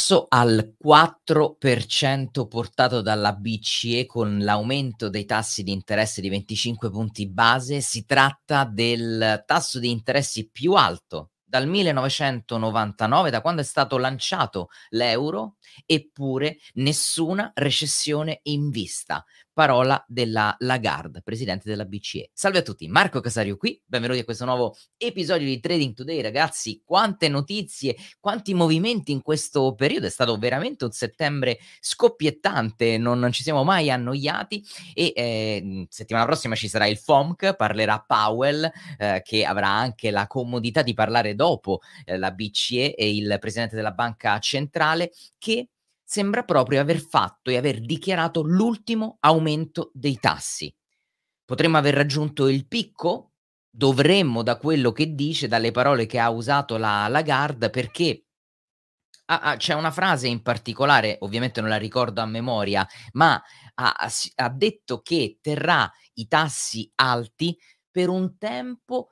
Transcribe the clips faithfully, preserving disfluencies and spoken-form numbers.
tasso al quattro per cento portato dalla B C E con l'aumento dei tassi di interesse di venticinque punti base. Si tratta del tasso di interessi più alto dal millenovecentonovantanove, da quando è stato lanciato l'euro, eppure nessuna recessione in vista. Parola della Lagarde, presidente della B C E. Salve a tutti, Marco Casario qui, benvenuti a questo nuovo episodio di Trading Today. Ragazzi, quante notizie, quanti movimenti in questo periodo, è stato veramente un settembre scoppiettante, non, non ci siamo mai annoiati e eh, settimana prossima ci sarà il F O M C, parlerà Powell, eh, che avrà anche la comodità di parlare dopo eh, la B C E e il presidente della banca centrale, che sembra proprio aver fatto e aver dichiarato l'ultimo aumento dei tassi. Potremmo aver raggiunto il picco? Dovremmo, da quello che dice, dalle parole che ha usato la Lagarde, perché ha ha c'è una frase in particolare, ovviamente non la ricordo a memoria, ma ha ha s ha detto che terrà i tassi alti per un tempo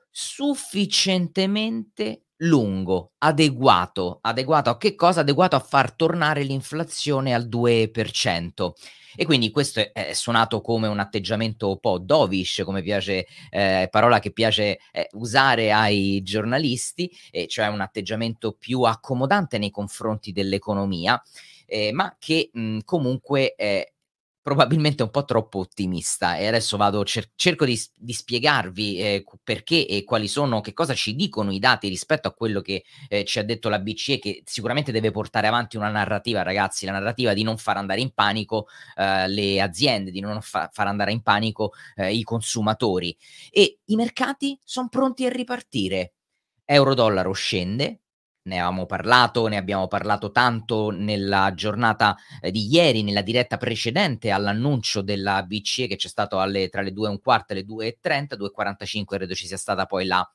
sufficientemente lungo, adeguato. Adeguato a che cosa? Adeguato a far tornare l'inflazione al due per cento. E quindi questo è è suonato come un atteggiamento un po' dovish, come piace ehm, parola che piace, ehm, usare ai giornalisti, e cioè un atteggiamento più accomodante nei confronti dell'economia, ehm, ma che, mhmm, comunque è probabilmente un po' troppo ottimista. E adesso vado cer cerco di s di spiegarvi, ehm, q perché e quali sono, che cosa ci dicono i dati rispetto a quello che, ehm, ci ha detto la B C E, che sicuramente deve portare avanti una narrativa, ragazzi, la narrativa di non far andare in panico, ehm, le aziende, di non fa far andare in panico, ehm, i consumatori. E i mercati son pronti a ripartire. Euro-dollaro scende, ne avevamo parlato, ne abbiamo parlato tanto nella giornata, ehm, di ieri, nella diretta precedente all'annuncio della B C E che c'è stato alle tra le due e un quarto e le due e trenta, due e quarantacinque credo ci sia stata poi la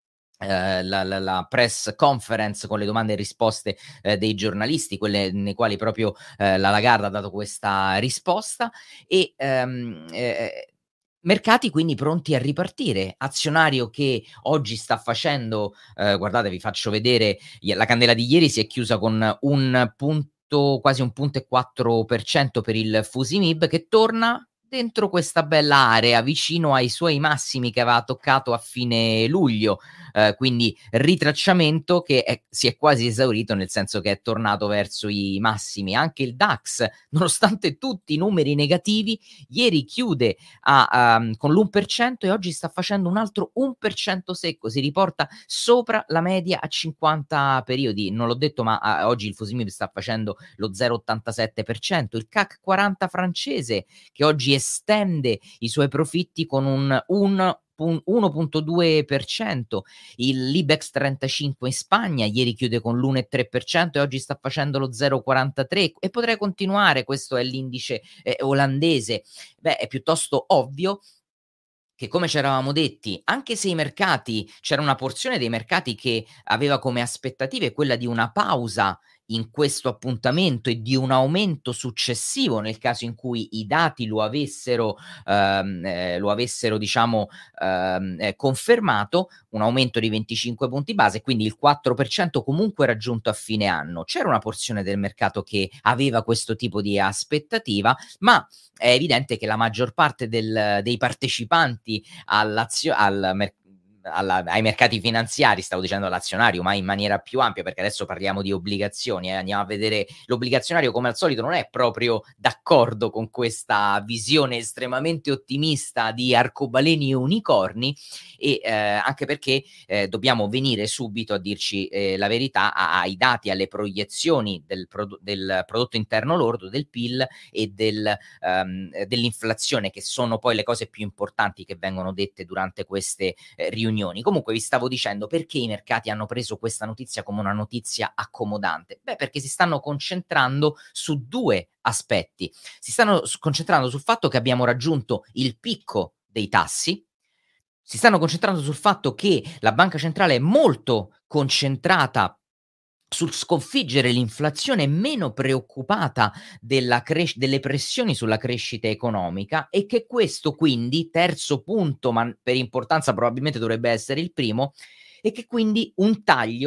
ehm, la la la press conference con le domande e risposte, ehm, dei giornalisti, quelle nei quali proprio, ehm, la Lagarde ha dato questa risposta e, ehm, ehm, mercati quindi pronti a ripartire. Azionario che oggi sta facendo, ehm, guardate, vi faccio vedere, i la candela di ieri si è chiusa con un punto, quasi un punto e quattro per cento per il Fusimib, che torna dentro questa bella area, vicino ai suoi massimi che aveva toccato a fine luglio. Ehm, quindi ritracciamento che è si è quasi esaurito, nel senso che è tornato verso i massimi. Anche il DAX, nonostante tutti i numeri negativi, ieri chiude a uhm, con l'uno per cento e oggi sta facendo un altro uno per cento secco, si riporta sopra la media a cinquanta periodi. Non l'ho detto, ma a oggi il Fusimib sta facendo lo zero virgola ottantasette per cento. Il C A C quaranta francese, che oggi estende i suoi profitti con un un pun uno virgola due per cento. Il l'Ibex trentacinque in Spagna ieri chiude con l'uno virgola tre per cento e oggi sta facendo lo zero virgola quarantatré, e potrei continuare. Questo è l'indice, ehm, olandese. Beh, è piuttosto ovvio che, come c'eravamo detti, anche se i mercati, c'era una porzione dei mercati che aveva come aspettative quella di una pausa in questo appuntamento e di un aumento successivo nel caso in cui i dati lo avessero, ehm, ehm, lo avessero diciamo, ehm, ehm, confermato, un aumento di venticinque punti base, quindi il quattro per cento comunque raggiunto a fine anno. C'era una porzione del mercato che aveva questo tipo di aspettativa, ma è evidente che la maggior parte del dei partecipanti all'azio al mer alla ai mercati finanziari, stavo dicendo all'azionario, ma in maniera più ampia, perché adesso parliamo di obbligazioni, eh, andiamo a vedere l'obbligazionario, come al solito non è proprio d'accordo con questa visione estremamente ottimista di arcobaleni e unicorni, e ehm, anche perché, ehm, dobbiamo venire subito a dirci, ehm, la verità, a ai dati, alle proiezioni del prodo del prodotto interno lordo, del P I L e del ehm, dell'inflazione, che sono poi le cose più importanti che vengono dette durante queste, ehm, riunioni. Comunque vi stavo dicendo, perché i mercati hanno preso questa notizia come una notizia accomodante? Beh, perché si stanno concentrando su due aspetti. Si stanno s concentrando sul fatto che abbiamo raggiunto il picco dei tassi, si stanno concentrando sul fatto che la banca centrale è molto concentrata sul sconfiggere l'inflazione, meno preoccupata della cres delle pressioni sulla crescita economica, e che questo quindi, terzo punto, ma per importanza probabilmente dovrebbe essere il primo, e che quindi un taglio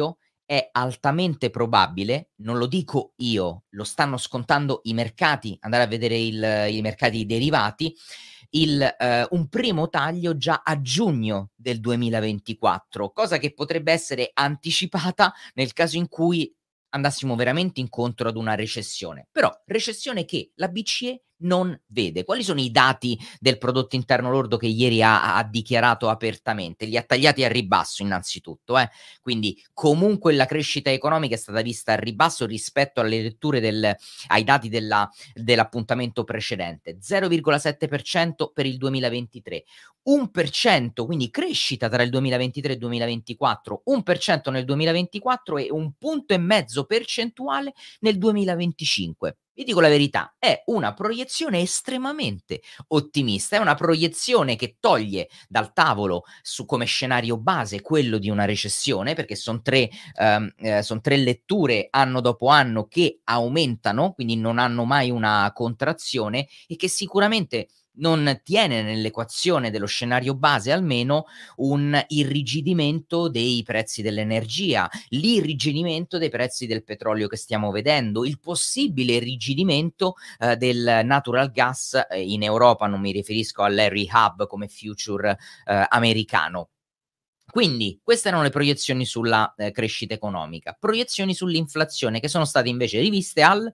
è altamente probabile, non lo dico io, lo stanno scontando i mercati, andare a vedere il i mercati derivati, il ehm, un primo taglio già a giugno del duemilaventiquattro, cosa che potrebbe essere anticipata nel caso in cui andassimo veramente incontro ad una recessione. Però recessione che la B C E non vede. Quali sono i dati del prodotto interno lordo che ieri ha ha dichiarato apertamente? Li ha tagliati a ribasso innanzitutto, eh. Quindi comunque la crescita economica è stata vista a ribasso rispetto alle letture del ai dati della dell'appuntamento precedente. zero virgola sette per cento per il duemilaventitré, uno per cento, quindi crescita tra il duemilaventitré e il duemilaventiquattro, uno per cento nel duemilaventiquattro e un punto e mezzo percentuale nel duemilaventicinque. Vi dico la verità, è una proiezione estremamente ottimista, è una proiezione che toglie dal tavolo su come scenario base quello di una recessione, perché son tre ehm, ehm, son tre letture anno dopo anno che aumentano, quindi non hanno mai una contrazione e che sicuramente non tiene nell'equazione dello scenario base almeno un irrigidimento dei prezzi dell'energia, l'irrigidimento dei prezzi del petrolio che stiamo vedendo, il possibile irrigidimento ehm, del natural gas, ehm, in Europa, non mi riferisco all'Henry Hub come future ehm, americano. Quindi queste erano le proiezioni sulla, ehm, crescita economica. Proiezioni sull'inflazione che sono state invece riviste al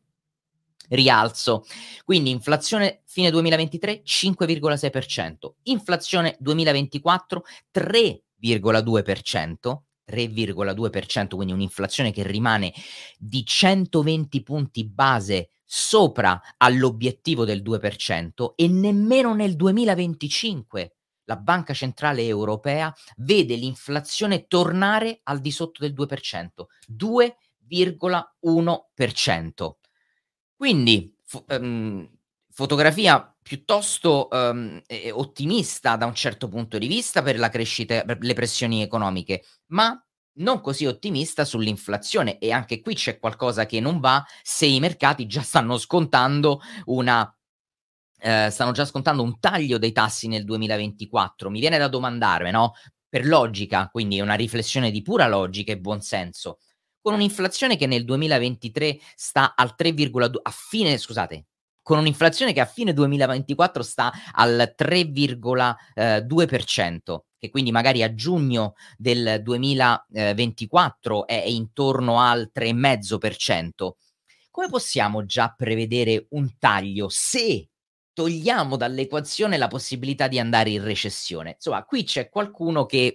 rialzo. Quindi inflazione fine duemilaventitré cinque virgola sei per cento, inflazione duemilaventiquattro tre virgola due per cento, tre virgola due per cento, quindi un'inflazione che rimane di centoventi punti base sopra all'obiettivo del due per cento e nemmeno nel duemilaventicinque la Banca Centrale Europea vede l'inflazione tornare al di sotto del due per cento, due virgola uno per cento. Quindi fo ehm, fotografia piuttosto, uhm, e e ottimista da un certo punto di vista per la crescita per le pressioni economiche, ma non così ottimista sull'inflazione e anche qui c'è qualcosa che non va se i mercati già stanno scontando una ehm, stanno già scontando un taglio dei tassi nel duemilaventiquattro. Mi viene da domandarmi, no, per logica, quindi è una riflessione di pura logica e buon senso, con un'inflazione che nel duemilaventitré sta al tre virgola due a fine scusate, con un'inflazione che a fine duemilaventiquattro sta al tre virgola due per cento, che quindi magari a giugno del duemilaventiquattro è è intorno al tre virgola cinque per cento. Come possiamo già prevedere un taglio se togliamo dall'equazione la possibilità di andare in recessione? Insomma, qui c'è qualcuno che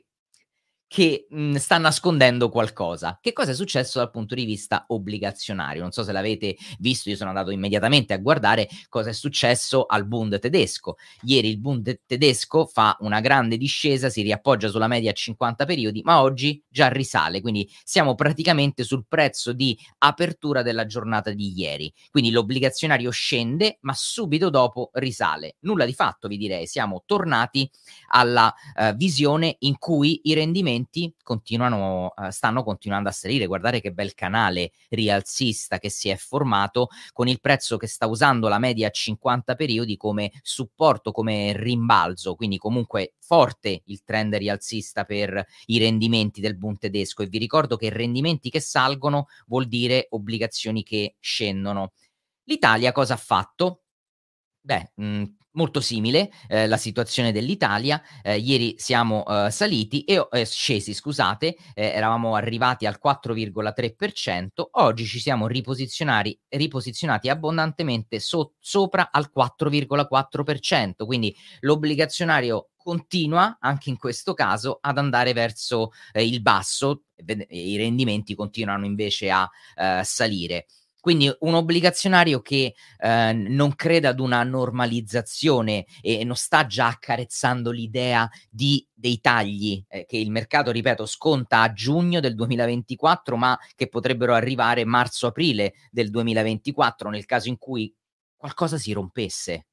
che, mhmm, sta nascondendo qualcosa. Che cosa è successo dal punto di vista obbligazionario? Non so se l'avete visto, io sono andato immediatamente a guardare cosa è successo al Bund tedesco. Ieri il Bund tedesco fa una grande discesa, si riappoggia sulla media a cinquanta periodi, ma oggi già risale, quindi siamo praticamente sul prezzo di apertura della giornata di ieri. Quindi l'obbligazionario scende, ma subito dopo risale. Nulla di fatto, vi direi, siamo tornati alla ehm, visione in cui i rendimenti continuano ehm, stanno continuando a salire. Guardate che bel canale rialzista che si è formato, con il prezzo che sta usando la media a cinquanta periodi come supporto, come rimbalzo, quindi comunque forte il trend rialzista per i rendimenti del Bund tedesco e vi ricordo che rendimenti che salgono vuol dire obbligazioni che scendono. L'Italia cosa ha fatto? Beh, mhmm, molto simile, ehm, la situazione dell'Italia. Ehm, ieri siamo, uhm, saliti e o ehm, scesi scusate, ehm, eravamo arrivati al quattro virgola tre per cento, oggi ci siamo riposizionari riposizionati abbondantemente so sopra al quattro virgola quattro per cento, quindi l'obbligazionario continua, anche in questo caso, ad andare verso, ehm, il basso, vede e i rendimenti continuano invece a, ehm, salire. Quindi un obbligazionario che ehm, non crede ad una normalizzazione e non sta già accarezzando l'idea di dei tagli, ehm, che il mercato, ripeto, sconta a giugno del duemilaventiquattro, ma che potrebbero arrivare marzo-aprile del duemilaventiquattro nel caso in cui qualcosa si rompesse.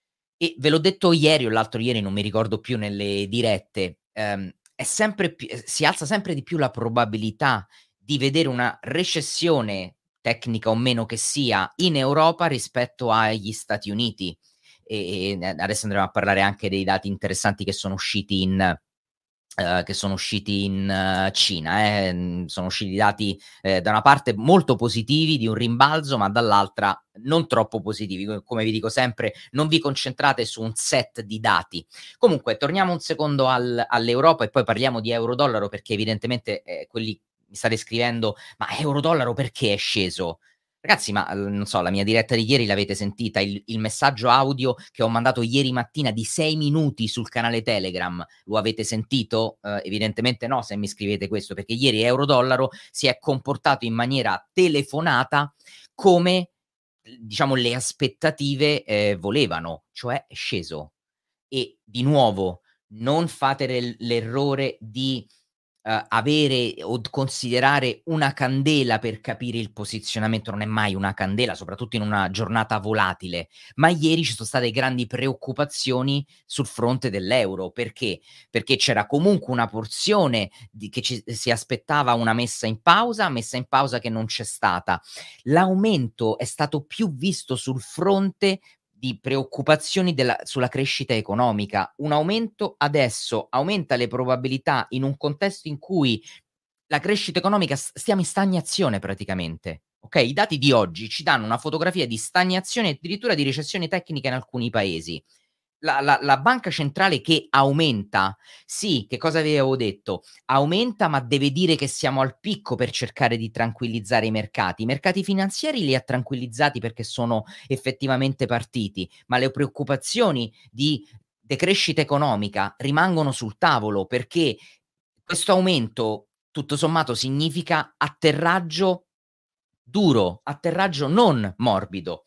E ve l'ho detto ieri o l'altro ieri, non mi ricordo più nelle dirette, ehm, è sempre pi ehm, si alza sempre di più la probabilità di vedere una recessione, tecnica o meno che sia, in Europa rispetto agli Stati Uniti. E e n adesso andremo a parlare anche dei dati interessanti che sono usciti in Ehm, che sono usciti in Cina, eh, mhmm, sono usciti dati, ehm, da una parte molto positivi di un rimbalzo, ma dall'altra non troppo positivi. Co come vi dico sempre, non vi concentrate su un set di dati. Comunque torniamo un secondo al all'Europa e poi parliamo di euro-dollaro perché evidentemente, ehm, quelli mi state scrivendo: "Ma euro-dollaro perché è sceso?" Ragazzi, ma, l non so, la mia diretta di ieri l'avete sentita, il il messaggio audio che ho mandato ieri mattina di sei minuti sul canale Telegram, lo avete sentito? Uhm, evidentemente no, se mi scrivete questo, perché ieri euro-dollaro si è comportato in maniera telefonata come, l diciamo, le aspettative, ehm, volevano, cioè è sceso. E di nuovo, non fate l'el l'errore di, uhm, avere o d considerare una candela per capire il posizionamento, non è mai una candela, soprattutto in una giornata volatile. Ma ieri ci son state grandi preoccupazioni sul fronte dell'euro. Perché? Perché c'era comunque una porzione di che ci si aspettava una messa in pausa, messa in pausa che non c'è stata. L'aumento è stato più visto sul fronte di preoccupazioni della sulla crescita economica. Un aumento adesso aumenta le probabilità in un contesto in cui la crescita economica s stiamo in stagnazione praticamente, okay, i dati di oggi ci danno una fotografia di stagnazione e addirittura di recessione tecnica in alcuni paesi. La la la banca centrale che aumenta, sì, che cosa vi avevo detto? Aumenta, ma deve dire che siamo al picco per cercare di tranquillizzare i mercati. I mercati finanziari li ha tranquillizzati perché sono effettivamente partiti, ma le preoccupazioni di decrescita economica rimangono sul tavolo, perché questo aumento, tutto sommato, significa atterraggio duro, atterraggio non morbido.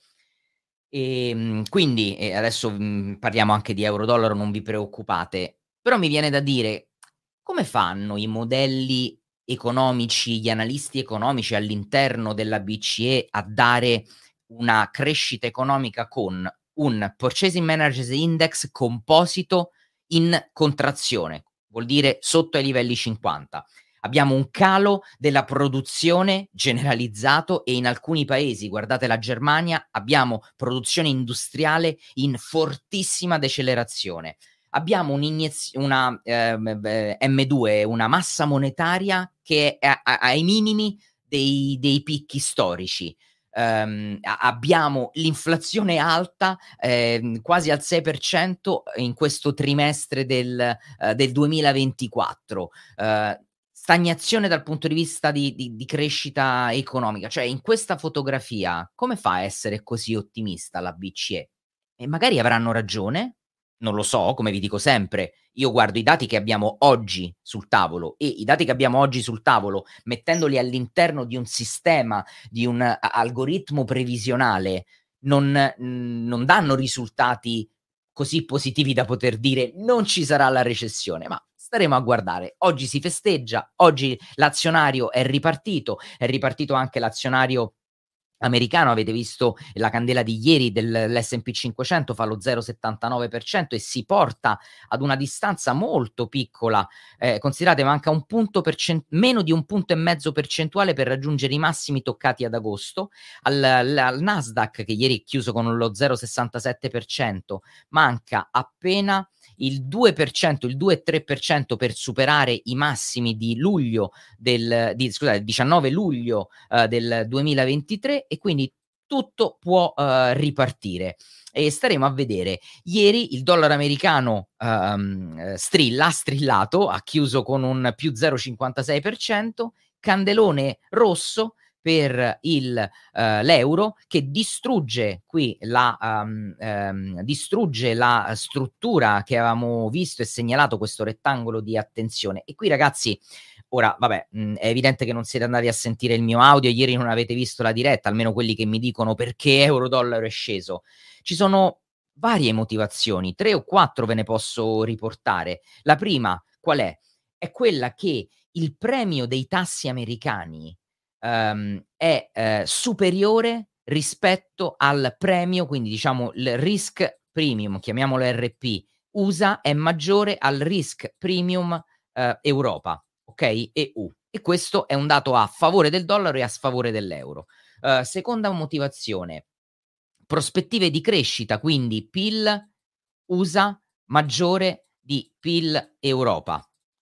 Ehm, quindi, e adesso, mhmm, parliamo anche di euro-dollaro, non vi preoccupate, però mi viene da dire: come fanno i modelli economici, gli analisti economici all'interno della B C E a dare una crescita economica con un Purchasing Managers' Index composito in contrazione, vuol dire sotto ai livelli cinquanta. Abbiamo un calo della produzione generalizzato e in alcuni paesi, guardate la Germania, abbiamo produzione industriale in fortissima decelerazione. Abbiamo un'iniez una, ehm, b M due, una massa monetaria che è a a ai minimi dei dei picchi storici. Uhm, a abbiamo l'inflazione alta, ehm, quasi al sei per cento in questo trimestre del uhm, del duemilaventiquattro. Uhm, stagnazione dal punto di vista di di di crescita economica. Cioè, in questa fotografia, come fa a essere così ottimista la B C E? E magari avranno ragione, non lo so, come vi dico sempre, io guardo i dati che abbiamo oggi sul tavolo e i dati che abbiamo oggi sul tavolo, mettendoli all'interno di un sistema, di un a algoritmo previsionale, non mhmm, non danno risultati così positivi da poter dire: "Non ci sarà la recessione", ma staremo a guardare. Oggi si festeggia, oggi l'azionario è ripartito, è ripartito anche l'azionario americano, avete visto la candela di ieri del l'S and P cinquecento fa lo zero virgola settantanove per cento e si porta ad una distanza molto piccola, ehm, considerate manca un punto percen meno di un punto e mezzo percentuale per raggiungere i massimi toccati ad agosto. Al l al Nasdaq, che ieri è chiuso con lo zero virgola sessantasette per cento, manca appena il due per cento, il due virgola tre per cento per superare i massimi di luglio del di scusate, diciannove luglio, uhm, del duemilaventitré e quindi tutto può, uhm, ripartire. E staremo a vedere. Ieri il dollaro americano, uhm, strilla, ha strillato, ha chiuso con un più zero virgola cinquantasei per cento, candelone rosso per il uhm, l'euro che distrugge qui la uhm, ehm, distrugge la struttura che avevamo visto e segnalato, questo rettangolo di attenzione. E qui ragazzi, ora vabbè, mhmm, è evidente che non siete andati a sentire il mio audio, ieri non avete visto la diretta, almeno quelli che mi dicono: "Perché euro-dollaro è sceso?" Ci sono varie motivazioni, tre o quattro ve ne posso riportare. La prima qual è? È quella che il premio dei tassi americani, uhm, è, ehm, superiore rispetto al premio, quindi diciamo il risk premium, chiamiamolo R P, U S A è maggiore al risk premium, uhm, Europa, okay, E U. E questo è un dato a favore del dollaro e a sfavore dell'euro. Uhm, seconda motivazione, prospettive di crescita, quindi P I L U S A maggiore di P I L Europa.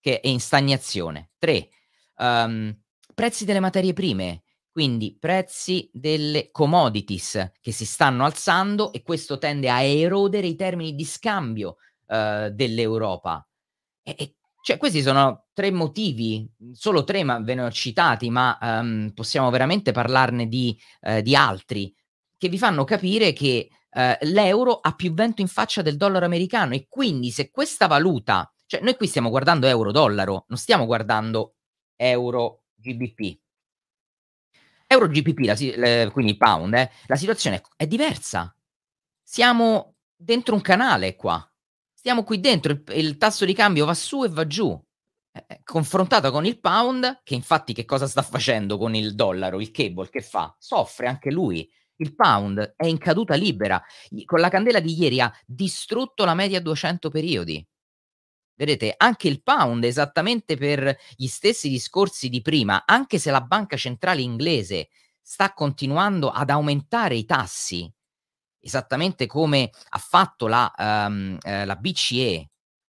che è in stagnazione. tre, um, prezzi delle materie prime, quindi prezzi delle commodities che si stanno alzando e questo tende a erodere i termini di scambio, uhm, dell'Europa. E e cioè questi sono tre motivi, mhmm, solo tre ma ve ne ho citati, ma, uhm, possiamo veramente parlarne di ehm, di altri, che vi fanno capire che, ehm, l'euro ha più vento in faccia del dollaro americano e quindi se questa valuta cioè noi qui stiamo guardando euro-dollaro, non stiamo guardando euro-G B P. Euro-G B P la si le quindi il pound eh, la situazione è c è diversa. Siamo dentro un canale qua. Stiamo qui dentro, il p il tasso di cambio va su e va giù. Eh, eh, confrontato con il pound, che infatti che cosa sta facendo con il dollaro? Il cable che fa? Soffre anche lui. Il pound è in caduta libera. I con la candela di ieri ha distrutto la media duecento periodi. Vedete, anche il pound, esattamente per gli stessi discorsi di prima, anche se la banca centrale inglese sta continuando ad aumentare i tassi, esattamente come ha fatto la uhm, ehm, la B C E,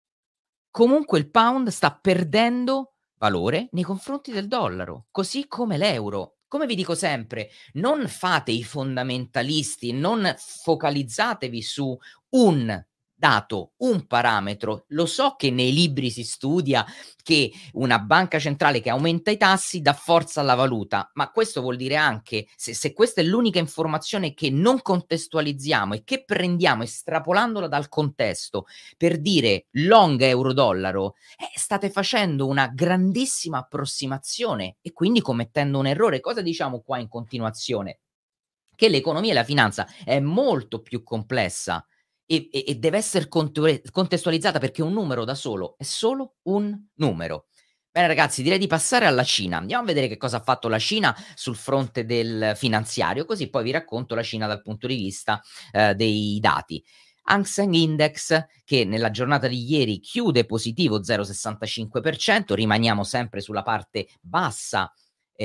comunque il pound sta perdendo valore nei confronti del dollaro, così come l'euro. Come vi dico sempre, non fate i fondamentalisti, non focalizzatevi su un dato, un parametro. Lo so che nei libri si studia che una banca centrale che aumenta i tassi dà forza alla valuta, ma questo vuol dire anche se se questa è l'unica informazione che non contestualizziamo e che prendiamo estrapolandola dal contesto per dire long euro-dollaro, eh, state facendo una grandissima approssimazione e quindi commettendo un errore. Cosa diciamo qua in continuazione? Che l'economia e la finanza è molto più complessa e e e deve esser contue contestualizzata perché un numero da solo è solo un numero. Bene ragazzi, direi di passare alla Cina. Andiamo a vedere che cosa ha fatto la Cina sul fronte del finanziario, così poi vi racconto la Cina dal punto di vista, ehm, dei dati. Hang Seng Index che nella giornata di ieri chiude positivo zero virgola sessantacinque per cento, rimaniamo sempre sulla parte bassa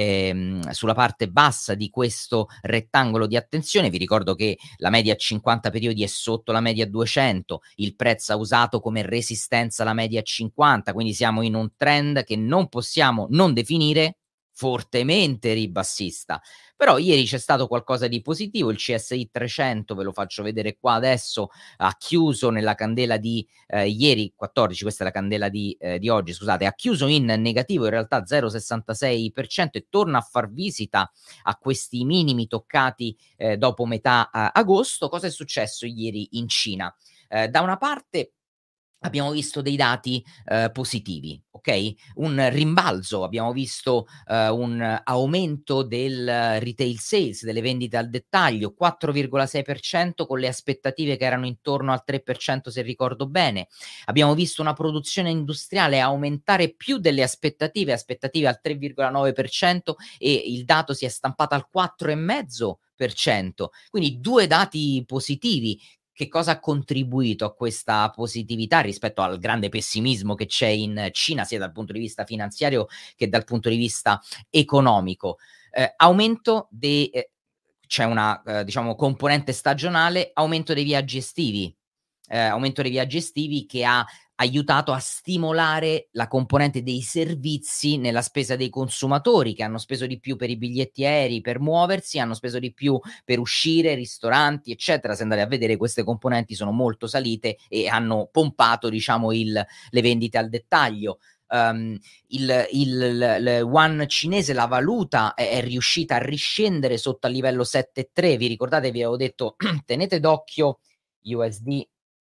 ehm, sulla parte bassa di questo rettangolo di attenzione. Vi ricordo che la media a cinquanta periodi è sotto la media a duecento, il prezzo ha usato come resistenza la media a cinquanta, quindi siamo in un trend che non possiamo non definire fortemente ribassista. Però ieri c'è stato qualcosa di positivo, il C S I trecento, ve lo faccio vedere qua adesso, ha chiuso nella candela di ehm, ieri quattordici, questa è la candela di ehm, di oggi scusate, ha chiuso in negativo in realtà zero virgola sessantasei per cento e torna a far visita a questi minimi toccati, ehm, dopo metà a agosto. Cosa è successo ieri in Cina? Ehm, da una parte abbiamo visto dei dati, ehm, positivi, okay, un rimbalzo, abbiamo visto, ehm, un aumento del retail sales, delle vendite al dettaglio, quattro virgola sei per cento con le aspettative che erano intorno al tre per cento se ricordo bene. Abbiamo visto una produzione industriale aumentare più delle aspettative, aspettative al tre virgola nove per cento e il dato si è stampato al quattro virgola cinque per cento. Quindi due dati positivi. Che cosa ha contribuito a questa positività rispetto al grande pessimismo che c'è in Cina, sia dal punto di vista finanziario che dal punto di vista economico? Ehm, aumento de ehm, c'è una, ehm, diciamo componente stagionale, aumento dei viaggi estivi, ehm, aumento dei viaggi estivi che ha aiutato a stimolare la componente dei servizi nella spesa dei consumatori, che hanno speso di più per i biglietti aerei, per muoversi, hanno speso di più per uscire, ristoranti, eccetera. Se andate a vedere queste componenti sono molto salite e hanno pompato, diciamo, il le vendite al dettaglio. Um, il il l l yuan cinese, la valuta è è riuscita a riscendere sotto al livello sette virgola tre. Vi ricordate vi avevo detto tenete d'occhio U S D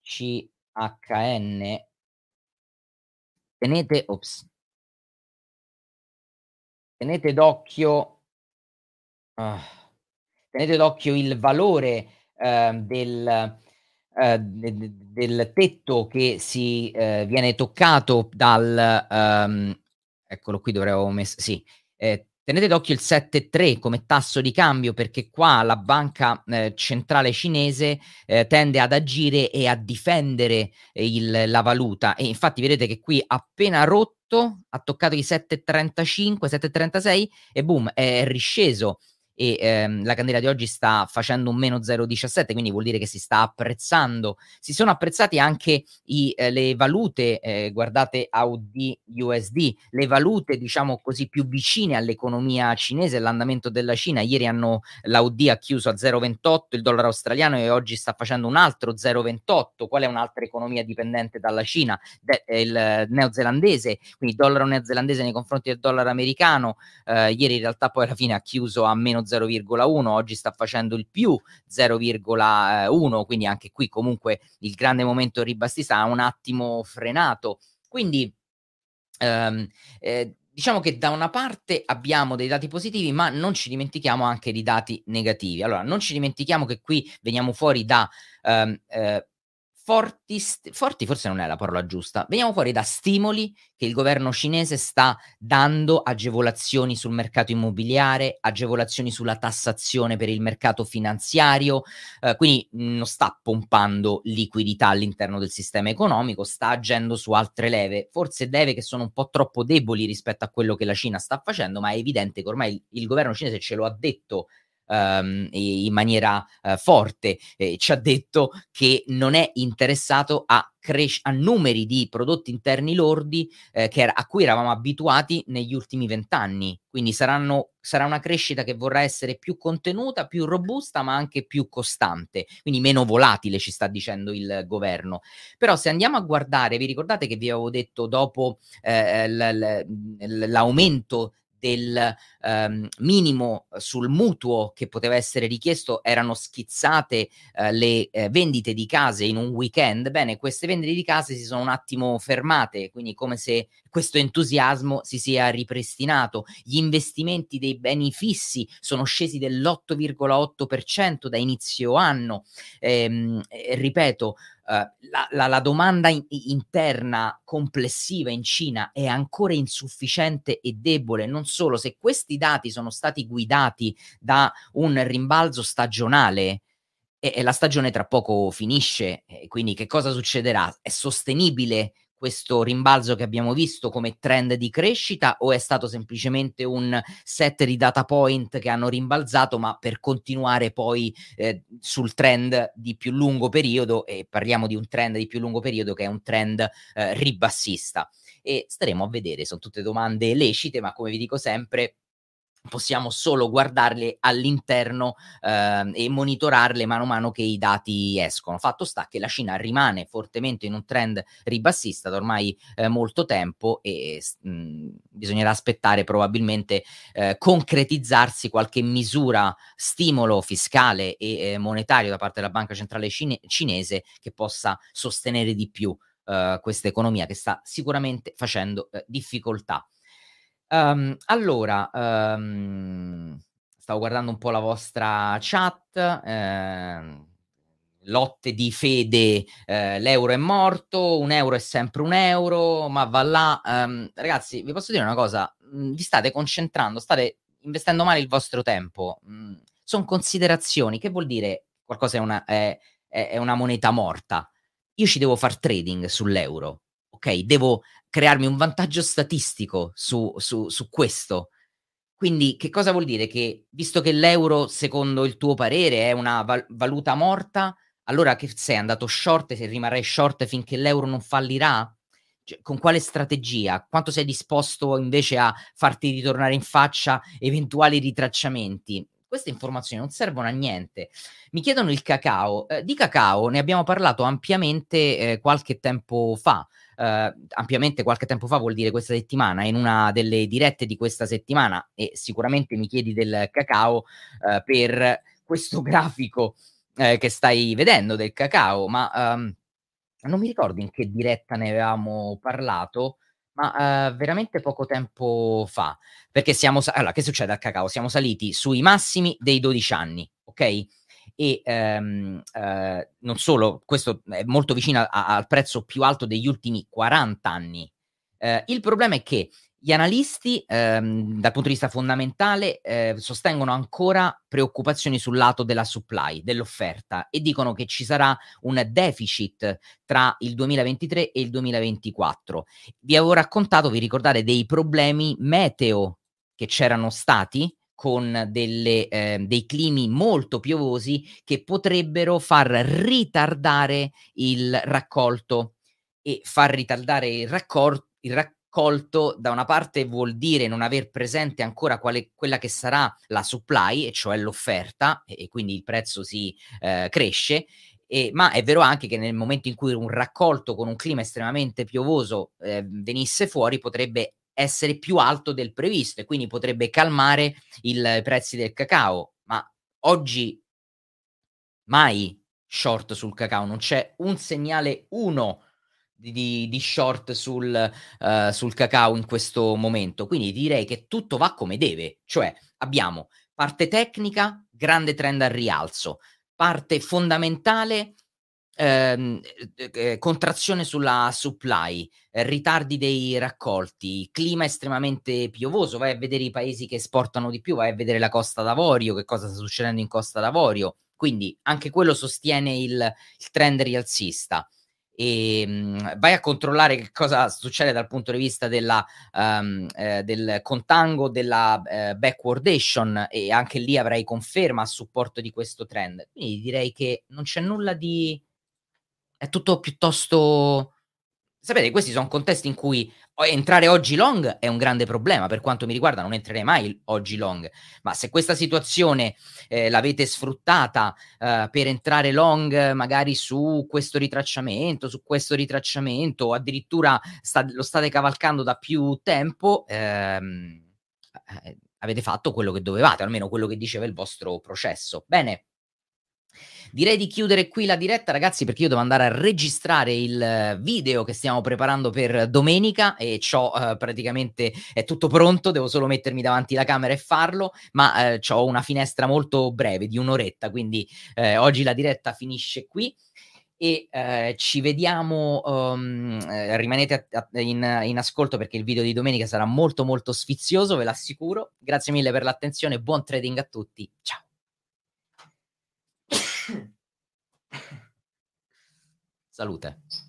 C H N tenete ops, tenete d'occhio ah, tenete d'occhio il valore, ehm, del ehm, de de del tetto che si ehm, viene toccato dal ehm, eccolo qui dove avevo mess sì, ehm, tenete d'occhio il sette virgola tre come tasso di cambio perché qua la banca, ehm, centrale cinese, ehm, tende ad agire e a difendere il la valuta e infatti vedete che qui appena rotto, ha toccato i sette virgola trentacinque, sette virgola trentasei e boom, è risceso. e ehm, la candela di oggi sta facendo un meno zero virgola diciassette, quindi vuol dire che si sta apprezzando. Si sono apprezzati anche i, eh, le valute, eh, guardate A U D U S D, le valute diciamo così più vicine all'economia cinese, all'andamento della Cina. Ieri hanno l'A U D ha chiuso a zero virgola ventotto il dollaro australiano e oggi sta facendo un altro zero virgola ventotto. Qual è un'altra economia dipendente dalla Cina? De- il neozelandese, quindi il dollaro neozelandese nei confronti del dollaro americano. Eh, ieri in realtà poi alla fine ha chiuso a meno zero virgola uno, oggi sta facendo il più zero virgola uno, quindi anche qui comunque il grande momento ribassista ha un attimo frenato. Quindi ehm, eh, diciamo che da una parte abbiamo dei dati positivi, ma non ci dimentichiamo anche di dati negativi. Allora, non ci dimentichiamo che qui veniamo fuori da ehm, eh, forti, st- forti forse non è la parola giusta, veniamo fuori da stimoli che il governo cinese sta dando, agevolazioni sul mercato immobiliare, agevolazioni sulla tassazione per il mercato finanziario, eh, quindi mh, non sta pompando liquidità all'interno del sistema economico, sta agendo su altre leve, forse leve che sono un po' troppo deboli rispetto a quello che la Cina sta facendo, ma è evidente che ormai il, il governo cinese ce lo ha detto ehm, in maniera eh, forte, eh, ci ha detto che non è interessato a, cres- a numeri di prodotti interni lordi eh, che era- a cui eravamo abituati negli ultimi vent'anni. Quindi saranno, sarà una crescita che vorrà essere più contenuta, più robusta, ma anche più costante, quindi meno volatile, ci sta dicendo il governo. Però se andiamo a guardare, vi ricordate che vi avevo detto dopo eh, l- l- l'aumento del ehm, minimo sul mutuo che poteva essere richiesto, erano schizzate eh, le eh, vendite di case in un weekend. Bene, queste vendite di case si sono un attimo fermate, quindi come se questo entusiasmo si sia ripristinato. Gli investimenti dei beni fissi sono scesi dell'otto virgola otto per cento da inizio anno. Ehm, eh, ripeto, Uh, la, la, la domanda in, interna complessiva in Cina è ancora insufficiente e debole. Non solo, se questi dati sono stati guidati da un rimbalzo stagionale e, e la stagione tra poco finisce, e quindi che cosa succederà? È sostenibile questo rimbalzo che abbiamo visto come trend di crescita o è stato semplicemente un set di data point che hanno rimbalzato ma per continuare poi eh, sul trend di più lungo periodo, e parliamo di un trend di più lungo periodo che è un trend eh, ribassista, e staremo a vedere. Sono tutte domande lecite, ma come vi dico sempre possiamo solo guardarle all'interno ehm, e monitorarle mano a mano che i dati escono. Fatto sta che la Cina rimane fortemente in un trend ribassista da ormai eh, molto tempo e mh, bisognerà aspettare probabilmente eh, concretizzarsi qualche misura stimolo fiscale e eh, monetario da parte della Banca Centrale cine- cinese che possa sostenere di più eh, questa economia che sta sicuramente facendo eh, difficoltà. Ehm, allora, ehm, stavo guardando un po' la vostra chat, ehm, lotte di fede, ehm, l'euro è morto, un euro è sempre un euro, ma va là. Ehm, ragazzi, vi posso dire una cosa, mhmm, vi state concentrando, state investendo male il vostro tempo. Mhmm, son considerazioni. Che vuol dire qualcosa è una è è è una moneta morta? Io ci devo far trading sull'euro, okay, devo crearmi un vantaggio statistico su su su questo. Quindi che cosa vuol dire? Che visto che l'euro, secondo il tuo parere, è una val valuta morta, allora che sei andato short e rimarrai short finché l'euro non fallirà? Cioè, con quale strategia? Quanto sei disposto invece a farti ritornare in faccia eventuali ritracciamenti? Queste informazioni non servono a niente. Mi chiedono il cacao. Ehm, di cacao ne abbiamo parlato ampiamente, ehm, qualche tempo fa. Ehm, ampiamente qualche tempo fa vuol dire questa settimana, in una delle dirette di questa settimana, e sicuramente mi chiedi del cacao, ehm, per questo grafico, ehm, che stai vedendo del cacao, ma, ehm, non mi ricordo in che diretta ne avevamo parlato, ma, ehm, veramente poco tempo fa, perché siamo sa allora che succede al cacao? Siamo saliti sui massimi dei dodici anni, okay? E, ehm, ehm, non solo, questo è molto vicino a al prezzo più alto degli ultimi quaranta anni. Ehm, il problema è che gli analisti, ehm, dal punto di vista fondamentale, ehm, sostengono ancora preoccupazioni sul lato della supply, dell'offerta, e dicono che ci sarà un deficit tra il duemilaventitré e il duemilaventiquattro. Vi avevo raccontato, vi ricordate, dei problemi meteo che c'erano stati? con delle, ehm, dei climi molto piovosi che potrebbero far ritardare il raccolto. E far ritardare il raccor il raccolto da una parte vuol dire non aver presente ancora quale quella che sarà la supply, e cioè l'offerta, e e quindi il prezzo si, ehm, cresce, e ma è vero anche che nel momento in cui un raccolto con un clima estremamente piovoso, ehm, venisse fuori, potrebbe essere più alto del previsto e quindi potrebbe calmare il prezzi del cacao. Ma oggi mai short sul cacao, non c'è un segnale uno di di di short sul ehm, sul cacao in questo momento. Quindi direi che tutto va come deve, cioè abbiamo parte tecnica, grande trend al rialzo, parte fondamentale, ehm, ehm, ehm, contrazione sulla supply, ehm, ritardi dei raccolti, clima estremamente piovoso. Vai a vedere i paesi che esportano di più, vai a vedere la Costa d'Avorio, che cosa sta succedendo in Costa d'Avorio. Quindi anche quello sostiene il il trend rialzista. Ehm, vai a controllare che cosa succede dal punto di vista della uhm, ehm, del contango della, ehm, backwardation, e anche lì avrai conferma a supporto di questo trend. Quindi direi che non c'è nulla di è tutto piuttosto sapete, questi son contesti in cui o entrare oggi long è un grande problema. Per quanto mi riguarda non entrerei mai oggi long, ma se questa situazione, ehm, l'avete sfruttata, uhm, per entrare long magari su questo ritracciamento, su questo ritracciamento, o addirittura sta lo state cavalcando da più tempo, ehm, eh, avete fatto quello che dovevate, almeno quello che diceva il vostro processo. Bene. Direi di chiudere qui la diretta ragazzi, perché io devo andare a registrare il video che stiamo preparando per domenica e c'ho, uhm, praticamente è tutto pronto, devo solo mettermi davanti la camera e farlo, ma, ehm, c'ho una finestra molto breve di un oretta, quindi, ehm, oggi la diretta finisce qui e, ehm, ci vediamo, uhm, ehm, rimanete a a in in ascolto perché il video di domenica sarà molto, molto sfizioso, ve l'assicuro. Grazie mille per l'attenzione, buon trading a tutti. Ciao. Salute.